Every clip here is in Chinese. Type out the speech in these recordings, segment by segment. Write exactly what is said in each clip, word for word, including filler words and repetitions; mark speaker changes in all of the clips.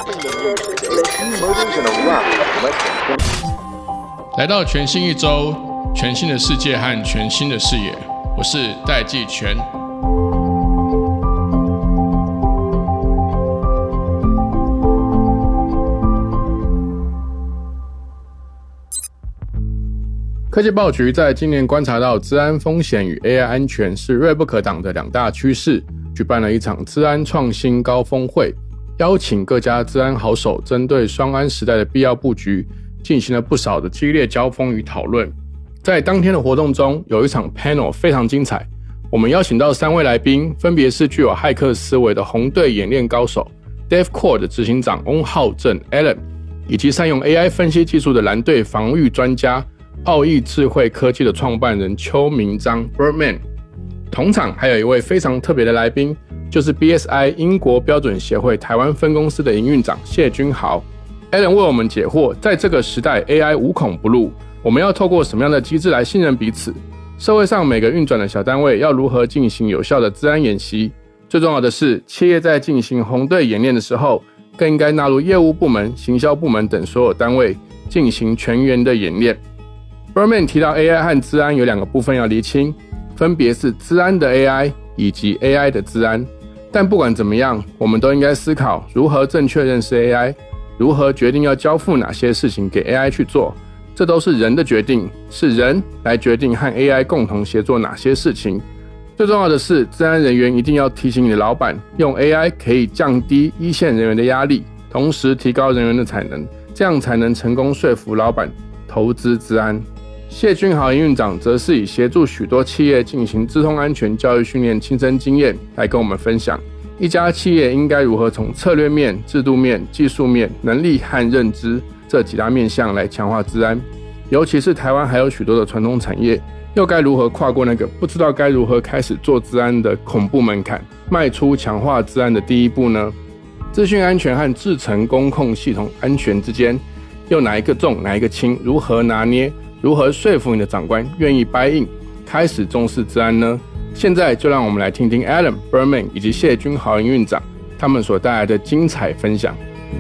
Speaker 1: 来到全新一周，全新的世界和全新的视野，我是戴季全。科技报局在今年观察到资安风险与 A I 安全是锐不可挡的两大趋势，举办了一场资安创新高峰会，邀请各家资安好手针对双安时代的必要布局进行了不少的激烈交锋与讨论。在当天的活动中，有一场 panel 非常精彩，我们邀请到三位来宾，分别是具有骇客思维的红队演练高手 DevCore 的执行长翁浩正 Alan， 以及善用 A I 分析技术的蓝队防御专家奥义智慧科技的创办人邱明章 Birdman。 同场还有一位非常特别的来宾，就是 B S I 英国标准协会台湾分公司的营运长谢君豪。 Alan 为我们解惑，在这个时代 A I 无孔不入，我们要透过什么样的机制来信任彼此？社会上每个运转的小单位要如何进行有效的资安演习？最重要的是，企业在进行红队演练的时候，更应该纳入业务部门、行销部门等所有单位进行全员的演练。Birdman 提到 A I 和资安有两个部分要厘清，分别是资安的 A I 以及 A I 的资安。但不管怎么样，我们都应该思考如何正确认识 A I， 如何决定要交付哪些事情给 A I 去做，这都是人的决定，是人来决定和 A I 共同协作哪些事情。最重要的是，资安人员一定要提醒你的老板，用 A I 可以降低一线人员的压力，同时提高人员的产能，这样才能成功说服老板投资资安。谢君豪营运长则是以协助许多企业进行资通安全教育训练亲身经验来跟我们分享，一家企业应该如何从策略面、制度面、技术面、能力和认知这几大面向来强化资安。尤其是台湾还有许多的传统产业，又该如何跨过那个不知道该如何开始做资安的恐怖门槛，迈出强化资安的第一步呢？资讯安全和制程工控系统安全之间，又哪一个重哪一个轻？如何拿捏？如何说服你的长官愿意 buy in， 开始重视资安呢？现在就让我们来听听 Alan Birdman 以及谢君豪营运长他们所带来的精彩分享。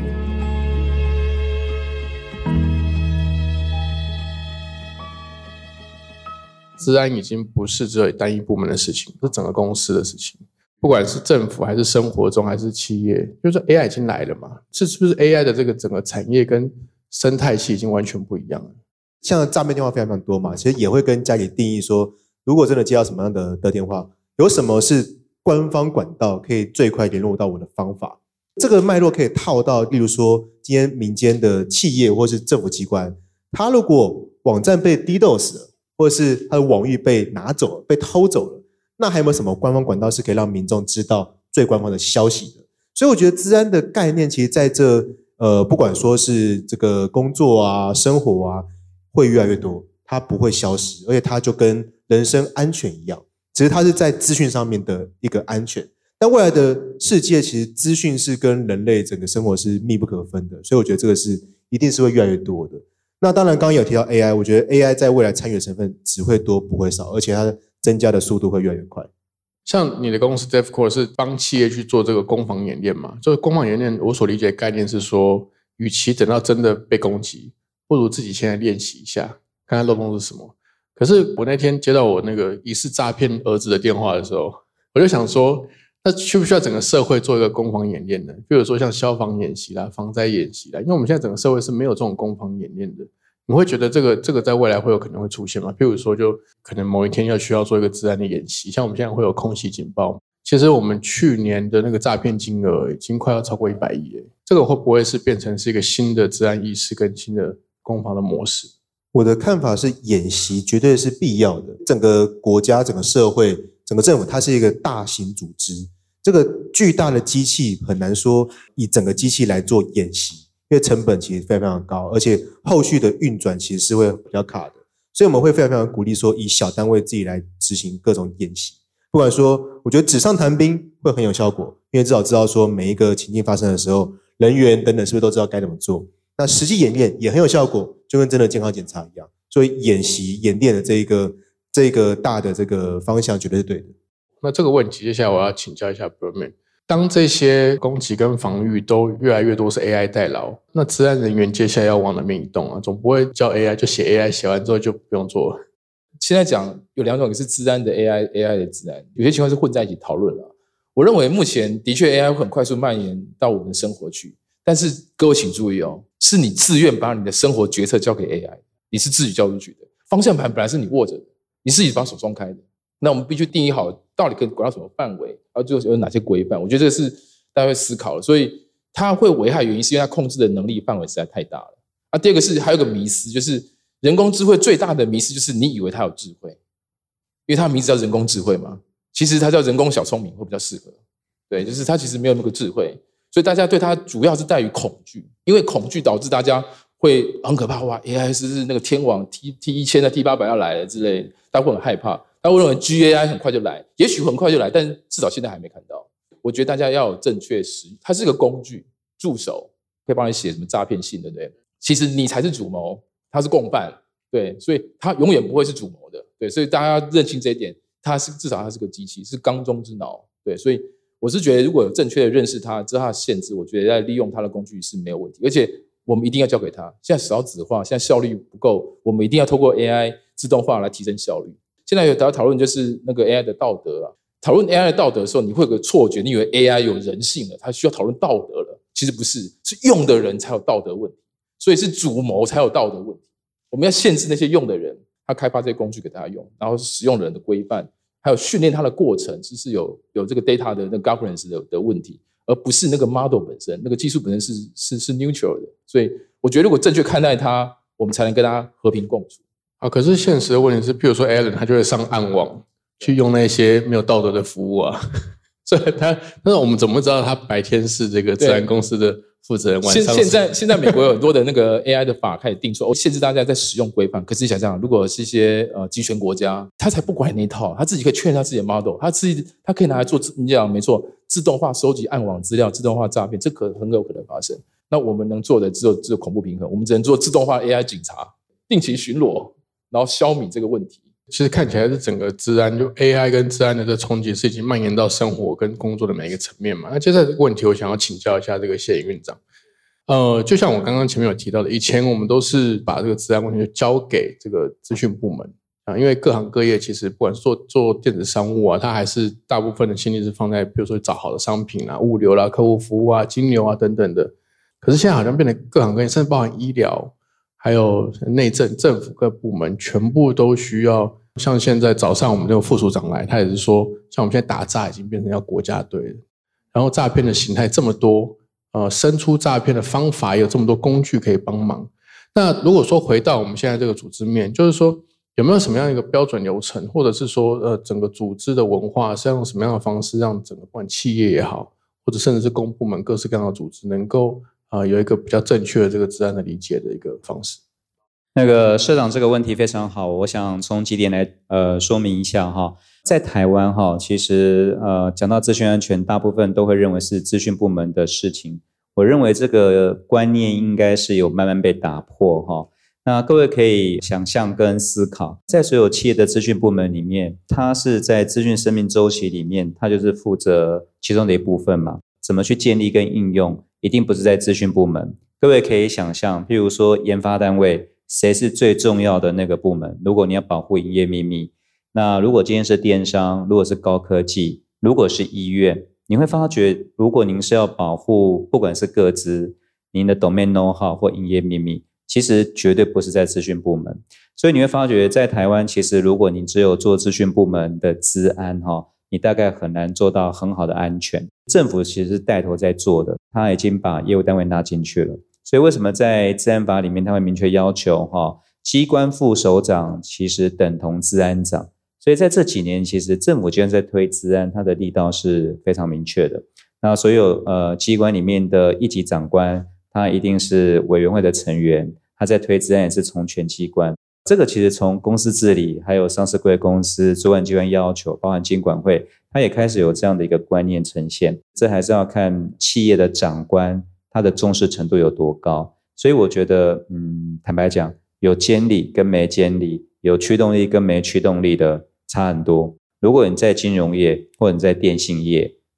Speaker 1: 资安已经不是只有单一部门的事情，是整个公司的事情，不管是政府还是生活中还是企业，就是 A I 已经来了嘛，是是不是 A I 的这个整个产业跟生态系已经完全不一样了？
Speaker 2: 像诈骗电话非常非常多嘛，其实也会跟家里定义说，如果真的接到什么样的的电话，有什么是官方管道可以最快联络到我的方法。这个脉络可以套到，例如说今天民间的企业或是政府机关，他如果网站被 DDoS 了，或者是他的网域被拿走了、被偷走了，那还有没有什么官方管道是可以让民众知道最官方的消息的？所以我觉得资安的概念，其实在这呃，不管说是这个工作啊、生活啊，会越来越多，它不会消失，而且它就跟人身安全一样，只是它是在资讯上面的一个安全。但未来的世界，其实资讯是跟人类整个生活是密不可分的，所以我觉得这个是一定是会越来越多的。那当然，刚刚有提到 A I， 我觉得 A I 在未来参与的成分只会多不会少，而且它增加的速度会越来越快。
Speaker 1: 像你的公司 DevCore 是帮企业去做这个攻防演练嘛？这个攻防演练，我所理解的概念是说，与其等到真的被攻击，不如自己先来练习一下，看看漏洞是什么。可是我那天接到我那个疑似诈骗儿子的电话的时候，我就想说，那需不需要整个社会做一个攻防演练呢？比如说像消防演习啦、防灾演习啦，因为我们现在整个社会是没有这种攻防演练的。你会觉得这个这个在未来会有可能会出现吗？譬如说，就可能某一天要需要做一个资安的演习，像我们现在会有空袭警报。其实我们去年的那个诈骗金额已经快要超过一百亿了，这个会不会是变成是一个新的资安意识跟新的攻防的模式？
Speaker 2: 我的看法是，演习绝对是必要的。整个国家、整个社会、整个政府，它是一个大型组织，这个巨大的机器很难说以整个机器来做演习，因为成本其实非常非常高，而且后续的运转其实是会比较卡的。所以我们会非常非常鼓励说，以小单位自己来执行各种演习。不管说，我觉得纸上谈兵会很有效果，因为至少知道说每一个情境发生的时候，人员等等是不是都知道该怎么做。那实际演练也很有效果，就跟真的健康检查一样。所以演习演练的这一个这个大的这个方向绝对是对的。
Speaker 1: 那这个问题接下来我要请教一下 Birdman， 当这些攻击跟防御都越来越多是 A I 代劳，那资安人员接下来要往哪边移动啊？总不会叫 A I 就写 A I， 写完之后就不用做了。
Speaker 3: 现在讲有两种，一个是资安的 A I，A I 的资安，有些情况是混在一起讨论了。我认为目前的确 A I 会很快速蔓延到我们的生活去，但是各位请注意哦，是你自愿把你的生活决策交给 A I， 你是自己交出去的，方向盘本来是你握着的，你自己把手松开的。那我们必须定义好到底可以管到什么范围，然后就有哪些规范，我觉得这个是大家会思考的。所以它会危害原因是因为它控制的能力范围实在太大了。啊，第二个是还有个迷思，就是人工智慧最大的迷思就是你以为它有智慧，因为它的名字叫人工智慧嘛，其实它叫人工小聪明会比较适合。对，就是它其实没有那个智慧，所以大家对它主要是在于恐惧，因为恐惧导致大家会很可怕，哇 ，A I 是那个天网 T T 一千的 T 八百要来了之类的，大家会很害怕。大家会认为 G A I 很快就来，也许很快就来，但至少现在还没看到。我觉得大家要有正确使用，它是个工具，助手可以帮你写什么诈骗信，对不对？其实你才是主谋，他是共犯，对，所以他永远不会是主谋的，对，所以大家要认清这一点，他是至少他是个机器，是缸中之脑，对，所以我是觉得如果有正确的认识它，知道它的限制，我觉得在利用它的工具是没有问题，而且我们一定要交给他。现在少子化，现在效率不够，我们一定要透过 A I 自动化来提升效率。现在有大家讨论就是那个 A I 的道德啊，讨论 A I 的道德的时候，你会有个错觉，你以为 A I 有人性了，它需要讨论道德了，其实不是，是用的人才有道德问题，所以是主谋才有道德问题。我们要限制那些用的人，他开发这些工具给大家用，然后使用的人的规范，还有训练它的过程，是是有有这个 data 的那个 governance 的, 的问题，而不是那个 model 本身，那个技术本身是是是 neutral 的。所以我觉得如果正确看待它，我们才能跟它和平共处。
Speaker 1: 啊，可是现实的问题是，譬如说 Alan 他就会上暗网去用那些没有道德的服务啊，所以他，那我们怎么知道他白天是这个治安公司的负责人，晚上
Speaker 3: 现在现在美国有很多的那个 A I 的法开始定说，哦，限制大家在使用规范。可是你想想，如果是一些呃集权国家，他才不管你那一套，他自己可以确认他自己的 model， 他自己他可以拿来做，你讲没错，自动化收集暗网资料，自动化诈骗，这可很有可能发生。那我们能做的只有只有恐怖平衡，我们只能做自动化 A I 警察，定期巡逻，然后消弭这个问题。
Speaker 1: 其实看起来是整个治安，就 A I 跟治安的这冲击是已经蔓延到生活跟工作的每一个层面嘛。那接下来这个问题，我想要请教一下这个谢营运长。呃，就像我刚刚前面有提到的，以前我们都是把这个治安问题就交给这个资讯部门啊，因为各行各业其实不管是做做电子商务啊，它还是大部分的心力是放在比如说找好的商品啊、物流啦、客户服务啊、金流啊等等的。可是现在好像变得各行各业，甚至包含医疗，还有内政、政府各部门，全部都需要。像现在早上我们这个副署长来，他也是说，像我们现在打诈已经变成要国家队了，然后诈骗的形态这么多。呃，生出诈骗的方法也有这么多工具可以帮忙。那如果说回到我们现在这个组织面，就是说有没有什么样一个标准流程，或者是说呃整个组织的文化是要用什么样的方式，让整个不管企业也好，或者甚至是公部门各式各样的组织能够呃有一个比较正确的这个治安的理解的一个方式。
Speaker 4: 那个社长这个问题非常好，我想从几点来呃说明一下哈。在台湾哈，其实呃讲到资讯安全，大部分都会认为是资讯部门的事情。我认为这个观念应该是有慢慢被打破哈。那各位可以想象跟思考，在所有企业的资讯部门里面，它是在资讯生命周期里面，它就是负责其中的一部分嘛。怎么去建立跟应用，一定不是在资讯部门。各位可以想象，譬如说研发单位，谁是最重要的那个部门？如果你要保护营业秘密，那如果今天是电商，如果是高科技，如果是医院，你会发觉，如果您是要保护不管是个资、您的 domain know-how 或营业秘密，其实绝对不是在资讯部门。所以你会发觉，在台湾，其实如果你只有做资讯部门的资安，你大概很难做到很好的安全。政府其实是带头在做的，他已经把业务单位纳进去了。所以为什么在治安法里面，他会明确要求机关副首长其实等同治安长？所以在这几年，其实政府既然在推治安，它的力道是非常明确的。那所有呃机关里面的一级长官，他一定是委员会的成员，他在推治安也是从全机关。这个其实从公司治理，还有上市柜公司主管机关要求，包含金管会，他也开始有这样的一个观念呈现。这还是要看企业的长官他的重视程度有多高。所以我觉得，嗯，坦白讲，有监理跟没监理，有驱动力跟没驱动力的差很多。如果你在金融业，或者你在电信业，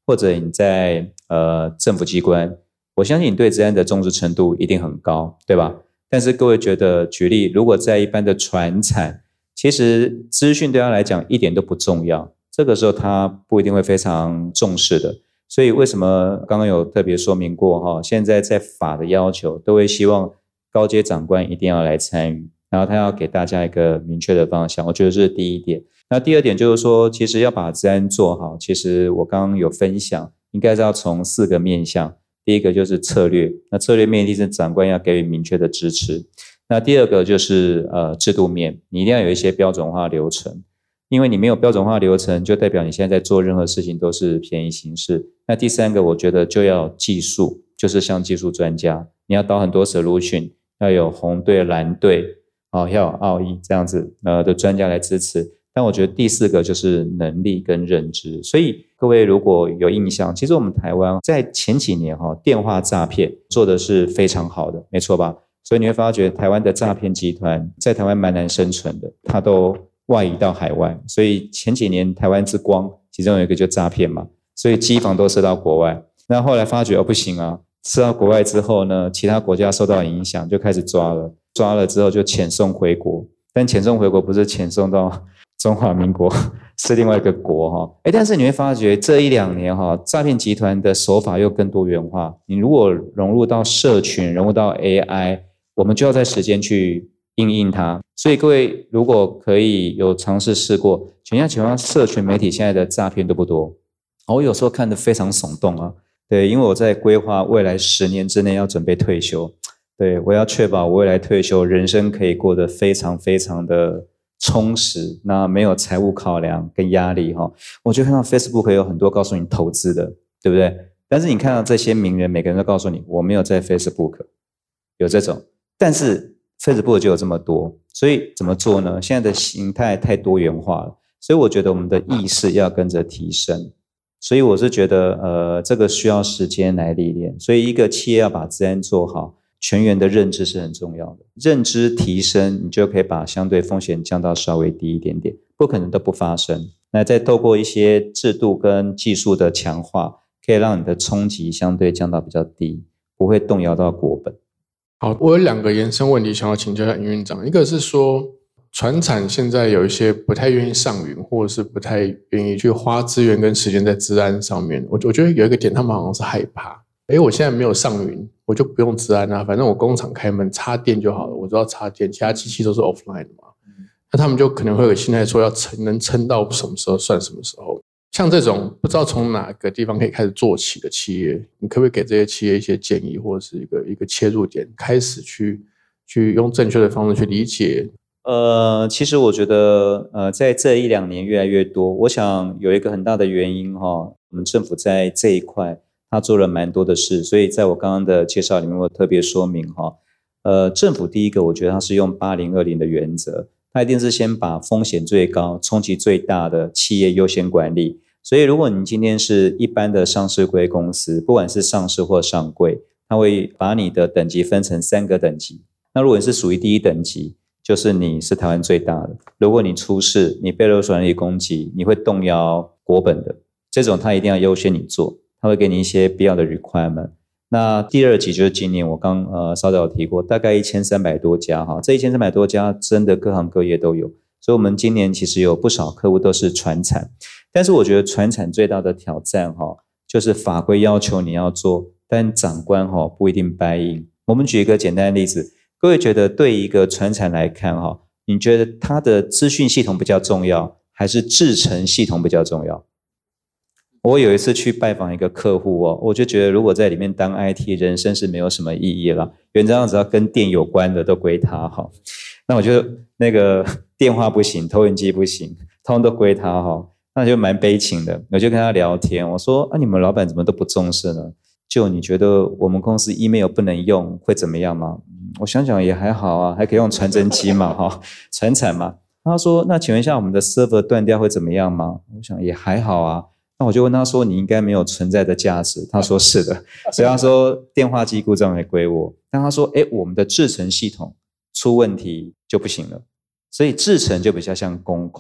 Speaker 4: 或者你在呃政府机关，我相信你对资安的重视程度一定很高，对吧？但是各位觉得，举例，如果在一般的传产，其实资讯对他来讲一点都不重要，这个时候他不一定会非常重视的。所以为什么刚刚有特别说明过哈？现在在法的要求都会希望高阶长官一定要来参与，然后他要给大家一个明确的方向，我觉得这是第一点。那第二点就是说，其实要把资安做好，其实我刚刚有分享，应该是要从四个面向。第一个就是策略，那策略面一定是长官要给予明确的支持。那第二个就是呃制度面，你一定要有一些标准化流程，因为你没有标准化流程，就代表你现在在做任何事情都是便宜行事。那第三个，我觉得就要技术，就是像技术专家，你要导很多 solution， 要有红队、蓝队，哦，要有奥义这样子呃的专家来支持。但我觉得第四个就是能力跟认知，所以各位如果有印象，其实我们台湾在前几年哈电话诈骗做的是非常好的，没错吧？所以你会发觉台湾的诈骗集团在台湾蛮难生存的，它都外移到海外，所以前几年台湾之光其中有一个就诈骗嘛，所以机房都设到国外。那后来发觉哦不行啊，设到国外之后呢，其他国家受到影响就开始抓了，抓了之后就遣送回国，但遣送回国不是遣送到中华民国，是另外一个国哈。诶，但是你会发觉这一两年哈，诈骗集团的手法又更多元化。你如果融入到社群，融入到 A I， 我们就要在时间去因应它。所以各位如果可以有尝试试过，请问请问社群媒体现在的诈骗多不多？我有时候看得非常耸动啊。对，因为我在规划未来十年之内要准备退休，对，我要确保我未来退休人生可以过得非常非常的充实，那没有财务考量跟压力哈。我就看到 Facebook 有很多告诉你投资的，对不对？但是你看到这些名人，每个人都告诉你我没有在 Facebook， 有这种，但是 Facebook 就有这么多，所以怎么做呢？现在的形态太多元化了，所以我觉得我们的意识要跟着提升。所以我是觉得呃，这个需要时间来历练，所以一个企业要把资安做好，全员的认知是很重要的，认知提升，你就可以把相对风险降到稍微低一点点，不可能都不发生。那再透过一些制度跟技术的强化，可以让你的冲击相对降到比较低，不会动摇到国本。
Speaker 1: 好，我有两个延伸问题想要请教一下营运长，一个是说传产现在有一些不太愿意上云，或者是不太愿意去花资源跟时间在资安上面，我我觉得有一个点他们好像是害怕，诶，我现在没有上云，我就不用资安啊，反正我工厂开门插电就好了，我知道插电，其他机器都是 offline 的嘛。嗯、那他们就可能会有心态说要撑，能撑到什么时候算什么时候。像这种不知道从哪个地方可以开始做起的企业，你可不可以给这些企业一些建议，或者是一个一个切入点，开始去去用正确的方式去理解？
Speaker 4: 呃，其实我觉得，呃，在这一两年越来越多，我想有一个很大的原因哈，我们政府在这一块他做了蛮多的事，所以在我刚刚的介绍里面，我特别说明哈，呃，政府第一个，我觉得它是用八零二零的原则，它一定是先把风险最高、冲击最大的企业优先管理。所以，如果你今天是一般的上市柜公司，不管是上市或上柜，它会把你的等级分成三个等级。那如果你是属于第一等级，就是你是台湾最大的，如果你出事，你被勒索能力攻击，你会动摇国本的，这种它一定要优先你做，它会给你一些必要的 requirement。那第二级就是今年我刚呃稍早有提过，大概一千三百多家哈，这一千三百多家真的各行各业都有，所以我们今年其实有不少客户都是传产，但是我觉得传产最大的挑战哈，就是法规要求你要做，但长官哈不一定 buy in。我们举一个简单的例子，各位觉得对一个传产来看哈，你觉得它的资讯系统比较重要，还是制程系统比较重要？我有一次去拜访一个客户哦，我就觉得如果在里面当 I T， 人生是没有什么意义了。原则上只要跟电有关的都归他哈。那我就那个电话不行，投影机不行，通通都归他哈。那就蛮悲情的。我就跟他聊天，我说啊，你们老板怎么都不重视呢？就你觉得我们公司 email 不能用会怎么样吗？我想想也还好啊，还可以用传真机嘛哈，传产嘛。他说那请问一下我们的 server 断掉会怎么样吗？我想也还好啊。那我就问他说你应该没有存在的价值，他说是的，所以他说电话机故障也归我。但他说诶我们的制程系统出问题就不行了，所以制程就比较像工控，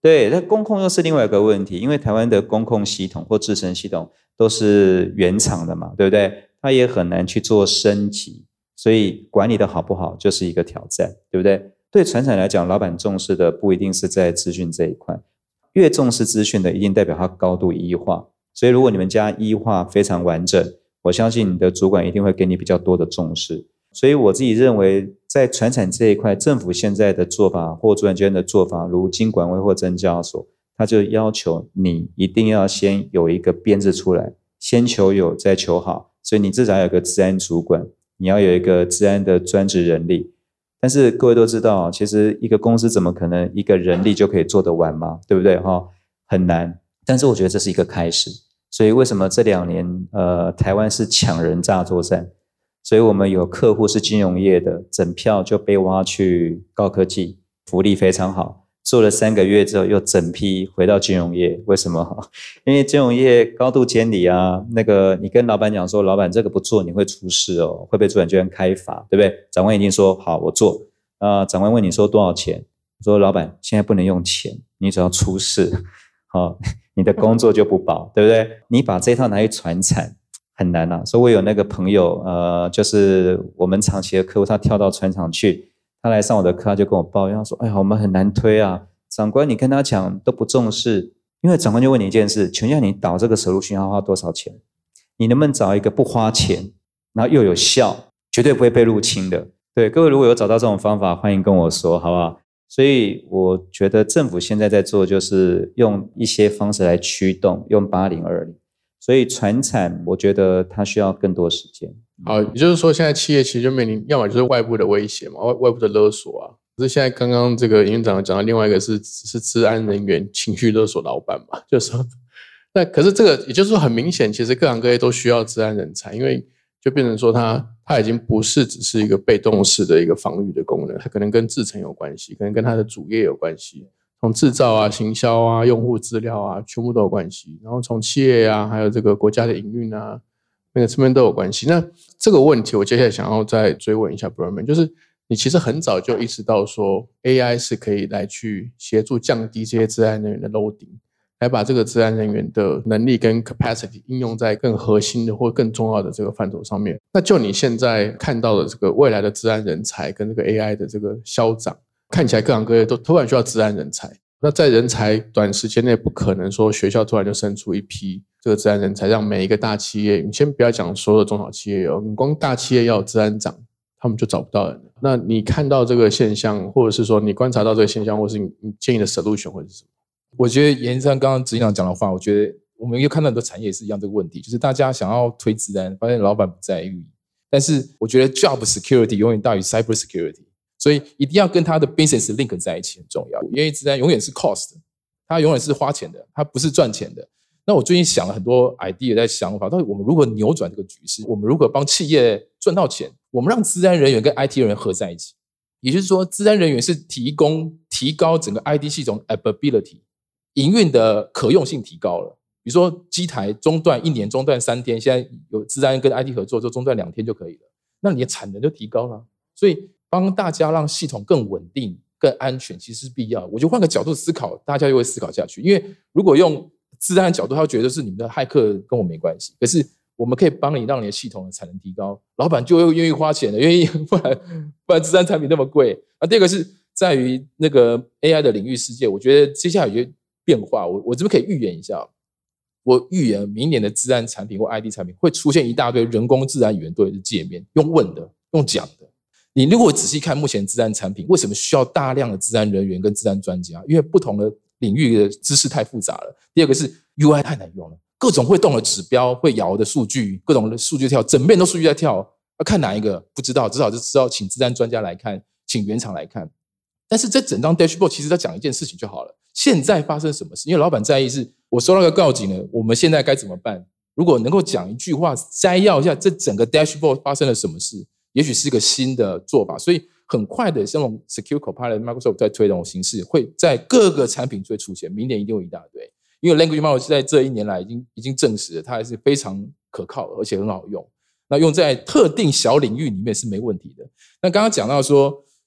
Speaker 4: 对，那公控又是另外一个问题，因为台湾的公控系统或制程系统都是原厂的嘛，对不对？它也很难去做升级，所以管理的好不好就是一个挑战，对不对？对传产来讲，老板重视的不一定是在资讯这一块，越重视资讯的，一定代表它高度医化。所以如果你们家医化非常完整，我相信你的主管一定会给你比较多的重视。所以我自己认为，在传产这一块，政府现在的做法或主管机关的做法，如金管会或证交所，他就要求你一定要先有一个编制出来，先求有再求好。所以你至少有个治安主管，你要有一个治安的专职人力。但是各位都知道，其实一个公司怎么可能一个人力就可以做得完嘛，对不对？很难。但是我觉得这是一个开始。所以为什么这两年呃，台湾是抢人诈作战？所以我们有客户是金融业的，整票就被挖去高科技，福利非常好。做了三个月之后，又整批回到金融业。为什么？因为金融业高度监理啊，那个你跟老板讲说，老板这个不做你会出事哦，会被主管机关开罚，对不对？长官已经说好我做，呃，长官问你说多少钱，你说老板现在不能用钱，你只要出事，好，你的工作就不保，对不对？你把这套拿去传产很难啊。所以我有那个朋友，呃，就是我们长期的客户，他跳到船厂去。他来上我的课，他就跟我抱怨，他说：“哎呀，我们很难推啊，长官，你跟他讲都不重视。因为长官就问你一件事，请问你导这个solution要花多少钱？你能不能找一个不花钱，然后又有效，绝对不会被入侵的？对，各位如果有找到这种方法，欢迎跟我说，好不好？所以我觉得政府现在在做，就是用一些方式来驱动，用八零二零。所以传产，我觉得它需要更多时间。
Speaker 1: 好，也就是说，现在企业其实就面临，要么就是外部的威胁嘛，外外部的勒索啊。可是现在刚刚这个营运长讲到另外一个是是治安人员情绪勒索老板嘛，就是说，那可是这个也就是说很明显，其实各行各业都需要治安人才，因为就变成说它它已经不是只是一个被动式的一个防御的功能，它可能跟制程有关系，可能跟它的主业有关系。从制造啊、行销啊、用户资料啊，全部都有关系。然后从企业啊，还有这个国家的营运啊，那个这边都有关系。那这个问题，我接下来想要再追问一下 Brian， 就是你其实很早就意识到说 A I 是可以来去协助降低这些治安人员的 loading， 来把这个治安人员的能力跟 capacity 应用在更核心的或更重要的这个范畴上面。那就你现在看到的这个未来的治安人才跟这个 A I 的这个消长，看起来各行各业都突然需要治安人才。那在人才短时间内不可能说学校突然就生出一批这个治安人才，让每一个大企业，你先不要讲所有的中小企业哦，你光大企业要有治安长，他们就找不到人了。那你看到这个现象，或者是说你观察到这个现象，或是你建议的 solution 会是什么？
Speaker 3: 我觉得延伸刚刚执行长讲的话，我觉得我们又看到很多产业也是一样这个问题，就是大家想要推治安，发现老板不在意，但是我觉得 job security 永远大于 cyber security。所以一定要跟他的 business link 在一起很重要，因为治安永远是 cost， 它永远是花钱的，它不是赚钱的。那我最近想了很多 idea 在想法，到底我们如何扭转这个局势？我们如何帮企业赚到钱？我们让治安人员跟 I T 人员合在一起，也就是说，治安人员是提供提高整个 I T 系统 ability 营运的可用性提高了。比如说机台中断一年中断三天，现在有治安跟 I T 合作，就中断两天就可以了，那你的产能就提高了。所以帮大家让系统更稳定、更安全，其实是必要。我就换个角度思考，大家就会思考下去。因为如果用治安的角度，他会觉得是你们的骇客跟我没关系。可是我们可以帮你，让你的系统的产能提高，老板就会愿意花钱的，愿意不然不然治安产品那么贵。那第二个是在于那个 A I 的领域世界，我觉得接下来有些变化，我我这边可以预言一下。我预言明年的治安产品或 I T 产品会出现一大堆人工治安语言对的界面，用问的，用讲的。你如果仔细看目前治安产品，为什么需要大量的治安人员跟治安专家？因为不同的领域的知识太复杂了。第二个是 U I 太难用了，各种会动的指标、会摇的数据，各种的数据跳，整遍都数据在跳，要看哪一个不知道，至少就知道请治安专家来看，请原厂来看。但是这整张 dashboard 其实在讲一件事情就好了，现在发生什么事？因为老板在意是我收到个告警了，我们现在该怎么办？如果能够讲一句话，摘要一下这整个 dashboard 发生了什么事，也许是一个新的做法。所以很快的，像这种 Secure Copilot Microsoft 在推动形式，会在各个产品会出现，明年一定有一大堆。因为 Language Model 在这一年来已经已经证实了，它还是非常可靠而且很好用。那用在特定小领域里面是没问题的。那刚刚讲到说，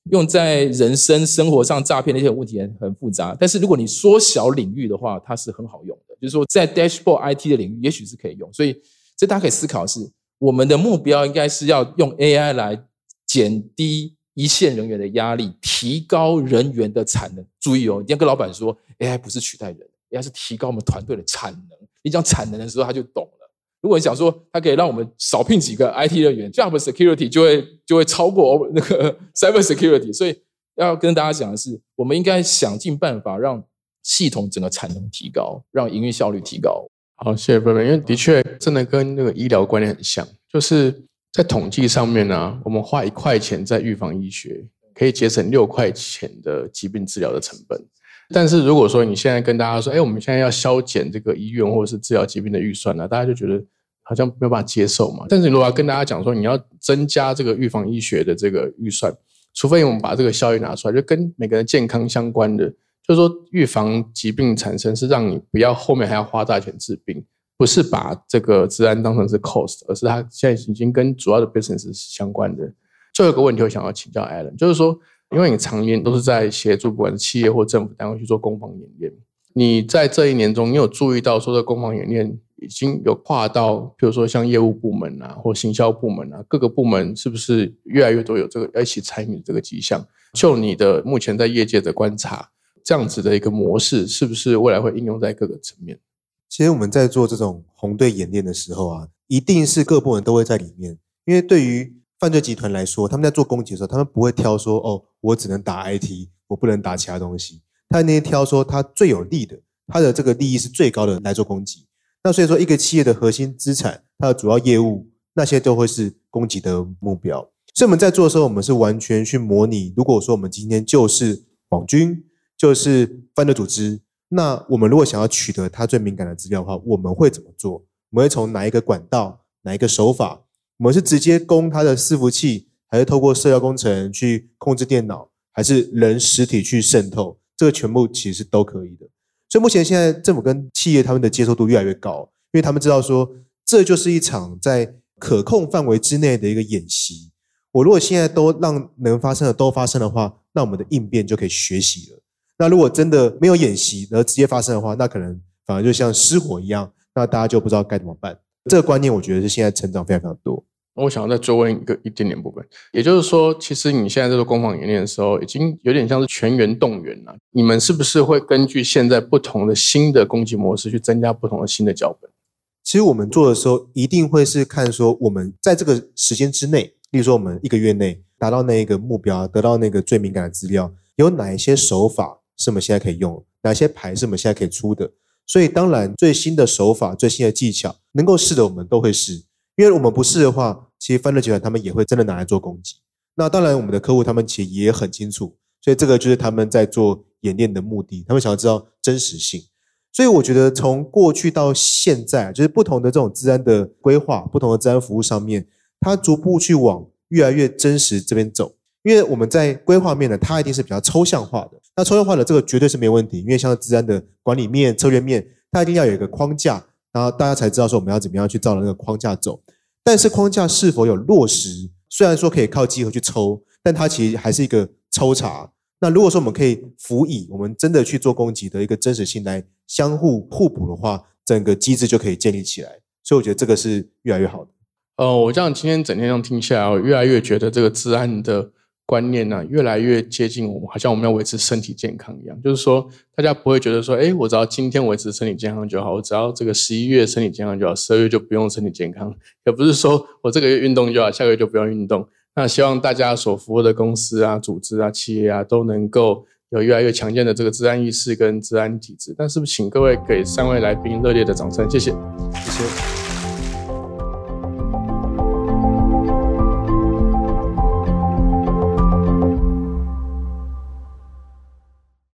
Speaker 3: 用在人生生活上诈骗那些问题很复杂，但是如果你缩小领域的话，它是很好用的。就是说在 dashboard I T 的领域也许是可以用，所以这大家可以思考的是，我们的目标应该是要用 A I 来减低一线人员的压力，提高人员的产能。注意哦，你要跟老板说 A I 不是取代人， A I 是提高我们团队的产能。你讲产能的时候他就懂了。如果你想说它可以让我们少聘几个 I T 人员 ，job security 就会就会超过那个 cyber security。所以要跟大家讲的是，我们应该想尽办法让系统整个产能提高，让营运效率提高。
Speaker 1: 好，谢谢贝贝。因为的确真的跟那个医疗观念很像，就是在统计上面呢、啊，我们花一块钱在预防医学，可以节省六块钱的疾病治疗的成本。但是如果说你现在跟大家说，哎，我们现在要削减这个医院或者是治疗疾病的预算呢、啊，大家就觉得好像没有办法接受嘛。但是如果要跟大家讲说，你要增加这个预防医学的这个预算，除非我们把这个效益拿出来，就跟每个人健康相关的，就是说预防疾病产生是让你不要后面还要花大钱治病，不是把这个治安当成是 cost， 而是它现在已经跟主要的 business 是相关的。最后一个问题我想要请教 Alan， 就是说因为你常年都是在协助不管是企业或政府单位去做攻防演练，你在这一年中你有注意到说这攻防演练已经有跨到比如说像业务部门啊或行销部门啊，各个部门是不是越来越多有这个要一起参与这个迹象？就你的目前在业界的观察，这样子的一个模式是不是未来会应用在各个层面？
Speaker 2: 其实我们在做这种红队演练的时候啊，一定是各部门都会在里面，因为对于犯罪集团来说，他们在做攻击的时候，他们不会挑说哦，我只能打 I T， 我不能打其他东西，他那天挑说他最有利的，他的这个利益是最高的来做攻击。那所以说一个企业的核心资产，它的主要业务，那些都会是攻击的目标。所以我们在做的时候，我们是完全去模拟，如果说我们今天就是网军，就是犯罪组织，那我们如果想要取得它最敏感的资料的话，我们会怎么做？我们会从哪一个管道，哪一个手法？我们是直接攻它的伺服器，还是透过社交工程去控制电脑，还是人实体去渗透？这个全部其实都可以的。所以目前现在政府跟企业他们的接受度越来越高，因为他们知道说这就是一场在可控范围之内的一个演习。我如果现在都让能发生的都发生的话，那我们的应变就可以学习了。那如果真的没有演习而直接发生的话，那可能反而就像失火一样，那大家就不知道该怎么办。这个观念我觉得是现在成长非常非常多。
Speaker 1: 我想要再追问一个一点点部分，也就是说，其实你现在在做攻防演练的时候，已经有点像是全员动员了。你们是不是会根据现在不同的新的攻击模式，去增加不同的新的脚本？
Speaker 2: 其实我们做的时候，一定会是看说我们在这个时间之内，例如说我们一个月内达到那一个目标，得到那个最敏感的资料，有哪一些手法是我们现在可以用，哪些牌是我们现在可以出的。所以当然最新的手法，最新的技巧能够试的我们都会试，因为我们不试的话，其实犯罪集团他们也会真的拿来做攻击。那当然我们的客户他们其实也很清楚，所以这个就是他们在做演练的目的，他们想要知道真实性。所以我觉得从过去到现在，就是不同的这种治安的规划，不同的治安服务上面，它逐步去往越来越真实这边走。因为我们在规划面呢，它一定是比较抽象化的。那抽象化的这个绝对是没有问题，因为像治安的管理面、策略面，它一定要有一个框架，然后大家才知道说我们要怎么样去照着那个框架走。但是框架是否有落实，虽然说可以靠稽核去抽，但它其实还是一个抽查。那如果说我们可以辅以我们真的去做攻击的一个真实性来相互互补的话，整个机制就可以建立起来。所以我觉得这个是越来越好的。
Speaker 1: 呃，我这样今天整天这样听下来，我越来越觉得这个治安的观念呢、啊，越来越接近我们，好像我们要维持身体健康一样。就是说，大家不会觉得说，哎，我只要今天维持身体健康就好，我只要这个十一月身体健康就好，十二月就不用身体健康。也不是说我这个月运动就好，下个月就不用运动。那希望大家所服务的公司啊、组织啊、企业啊，都能够有越来越强健的这个治安意识跟治安体制。但是不是请各位给三位来宾热烈的掌声，谢谢，
Speaker 2: 谢谢。